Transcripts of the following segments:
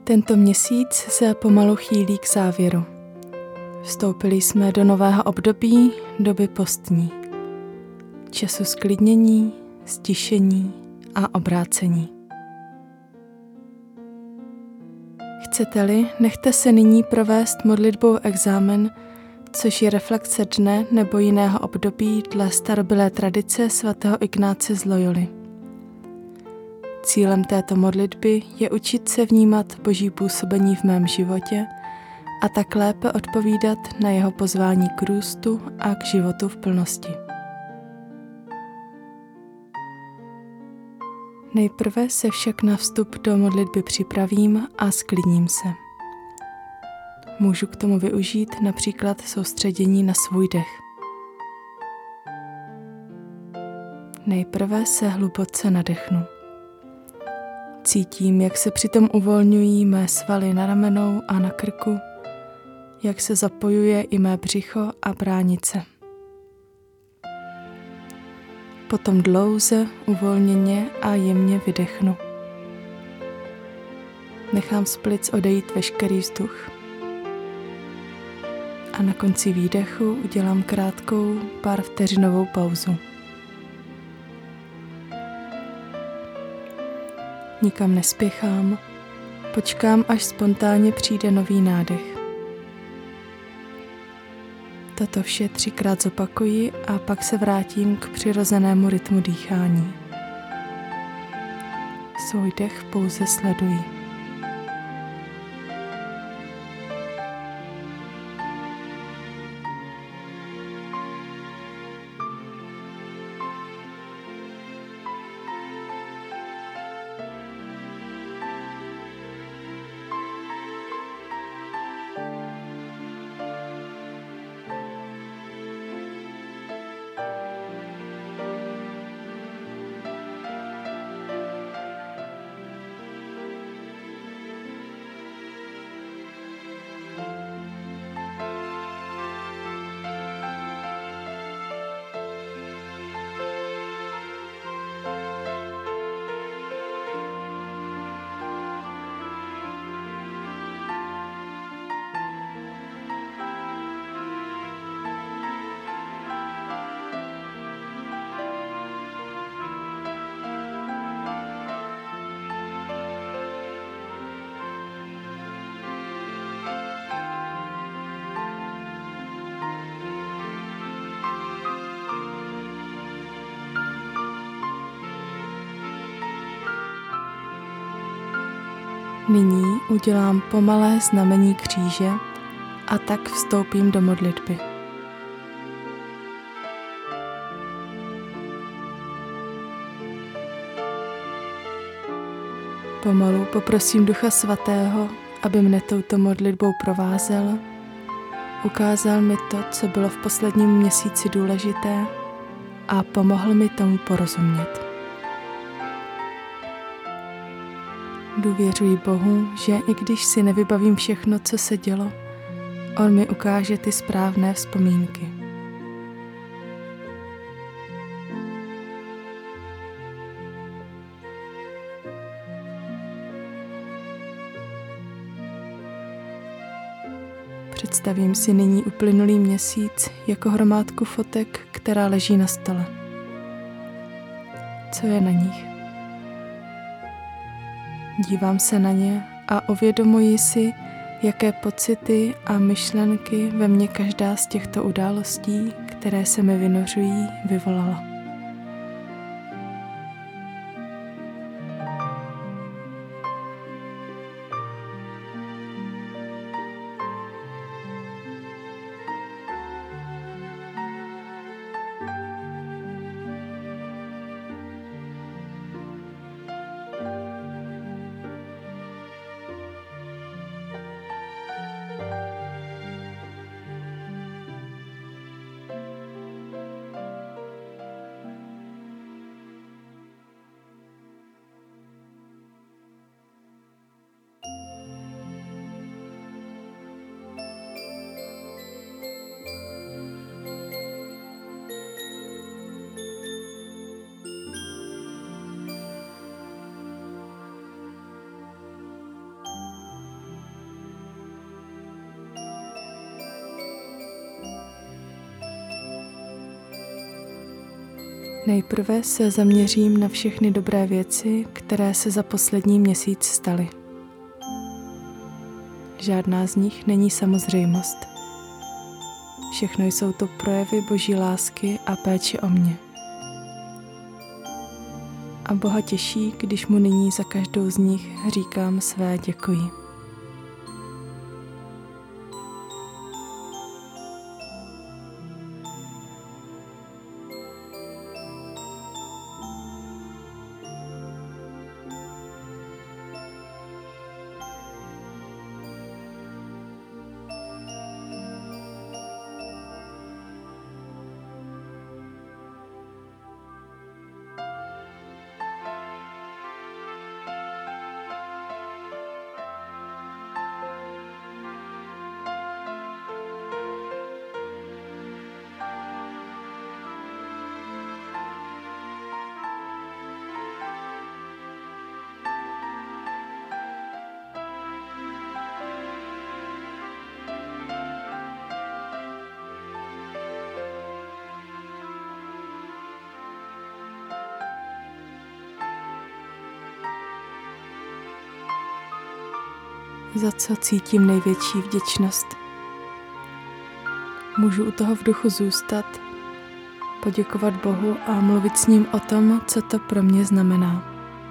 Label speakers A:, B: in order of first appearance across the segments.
A: Tento měsíc se pomalu chýlí k závěru. Vstoupili jsme do nového období, doby postní. Času sklidnění, stišení a obrácení. Chcete-li, nechte se nyní provést modlitbou exámen, což je reflexe dne nebo jiného období dle starobylé tradice svatého Ignáce z Loyoly. Cílem této modlitby je učit se vnímat Boží působení v mém životě a tak lépe odpovídat na jeho pozvání k růstu a k životu v plnosti. Nejprve se však na vstup do modlitby připravím a sklidním se. Můžu k tomu využít například soustředění na svůj dech. Nejprve se hluboce nadechnu. Cítím, jak se přitom uvolňují mé svaly na ramenou a na krku, jak se zapojuje i mé břicho a bránice. Potom dlouze, uvolněně a jemně vydechnu. Nechám z plic odejít veškerý vzduch. A na konci výdechu udělám krátkou pár vteřinovou pauzu. Nikam nespěchám, počkám, až spontánně přijde nový nádech. Toto vše 3krát zopakuji a pak se vrátím k přirozenému rytmu dýchání. Svůj dech pouze sleduji. Nyní udělám pomalé znamení kříže a tak vstoupím do modlitby. Pomalu poprosím Ducha Svatého, aby mne touto modlitbou provázel, ukázal mi to, co bylo v posledním měsíci důležité a pomohl mi tomu porozumět. Důvěřuji Bohu, že i když si nevybavím všechno, co se dělo, On mi ukáže ty správné vzpomínky. Představím si nyní uplynulý měsíc jako hromádku fotek, která leží na stole. Co je na nich? Dívám se na ně a uvědomuji si, jaké pocity a myšlenky ve mně každá z těchto událostí, které se mi vynořují, vyvolala. Nejprve se zaměřím na všechny dobré věci, které se za poslední měsíc staly. Žádná z nich není samozřejmost. Všechno jsou to projevy Boží lásky a péče o mě. A Boha těší, když mu nyní za každou z nich říkám své děkuji. Za co cítím největší vděčnost? Můžu u toho v duchu zůstat, poděkovat Bohu a mluvit s ním o tom, co to pro mě znamená.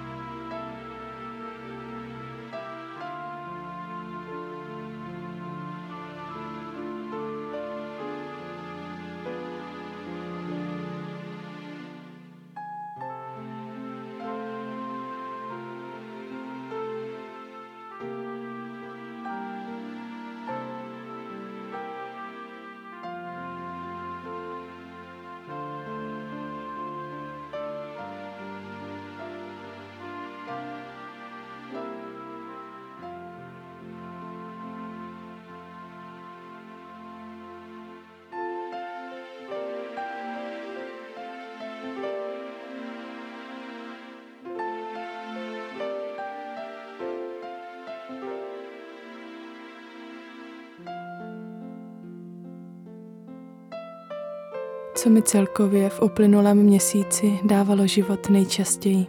A: Co mi celkově v uplynulém měsíci dávalo život nejčastěji?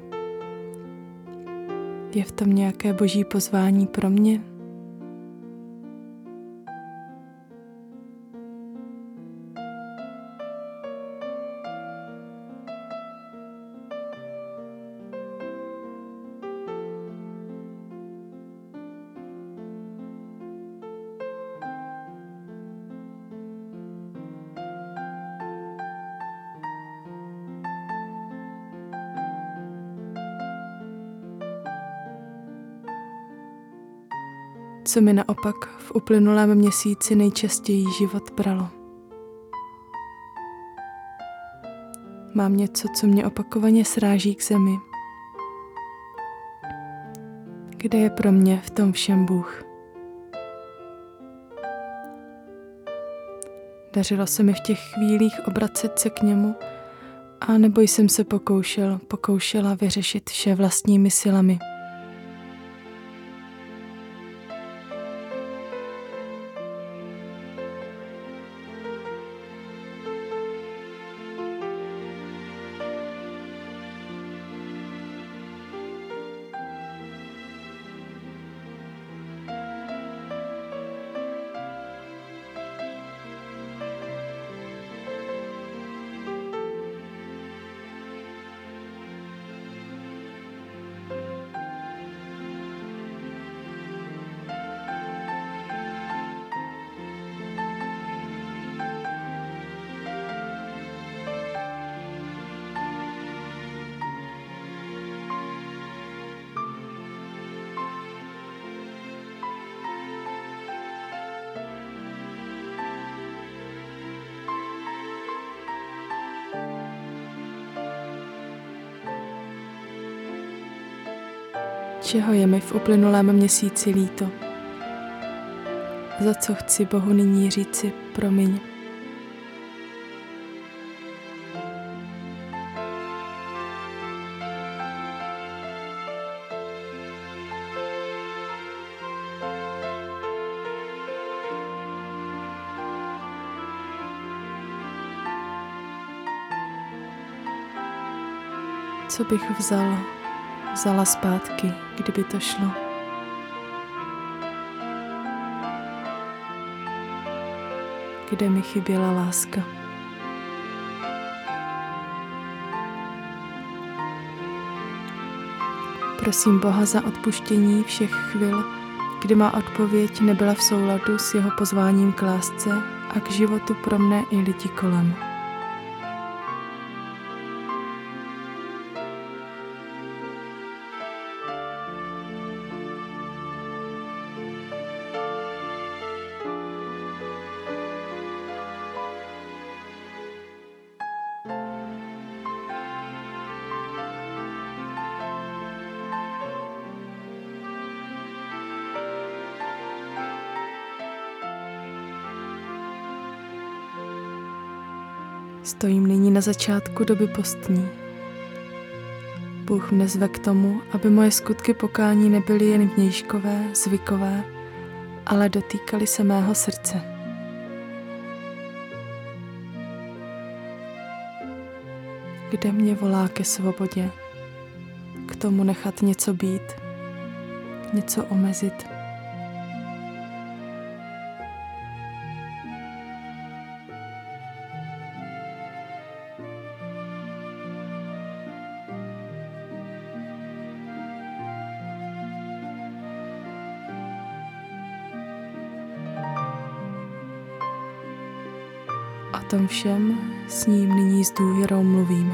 A: Je v tom nějaké boží pozvání pro mě? Co mi naopak v uplynulém měsíci nejčastěji život bralo? Mám něco, co mě opakovaně sráží k zemi. Kde je pro mě v tom všem Bůh? Dařilo se mi v těch chvílích obracet se k němu, a nebo jsem se pokoušela vyřešit vše vlastními silami. Čeho je mi v uplynulém měsíci líto? Za co chci Bohu nyní říci promiň? co bych vzala zpátky, kdyby to šlo. Kde mi chyběla láska. Prosím Boha za odpuštění všech chvil, kdy má odpověď nebyla v souladu s jeho pozváním k lásce a k životu pro mne i lidi kolem. Stojím nyní na začátku doby postní. Bůh mne zve k tomu, aby moje skutky pokání nebyly jen vnějškové, zvykové, ale dotýkaly se mého srdce. Kde mě volá ke svobodě, k tomu nechat něco být, něco omezit. O tom všem s ním nyní s důvěrou mluvím.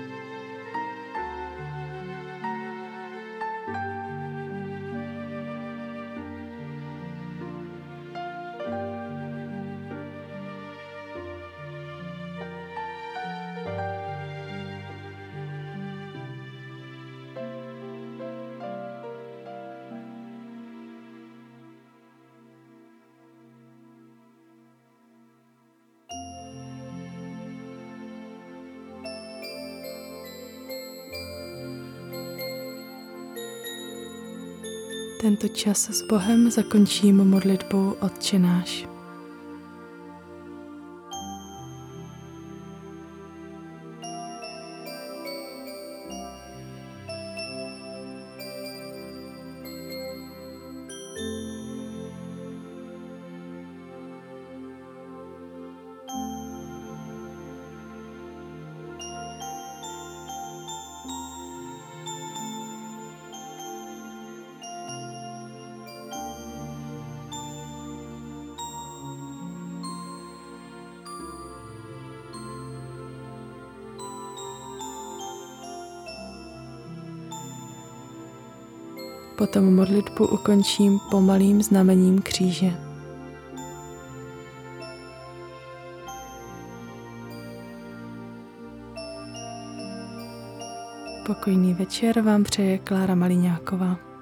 A: Tento čas s Bohem zakončím modlitbou Otče náš. Potom modlitbu ukončím pomalým znamením kříže. Pokojný večer vám přeje Klára Maliňáková.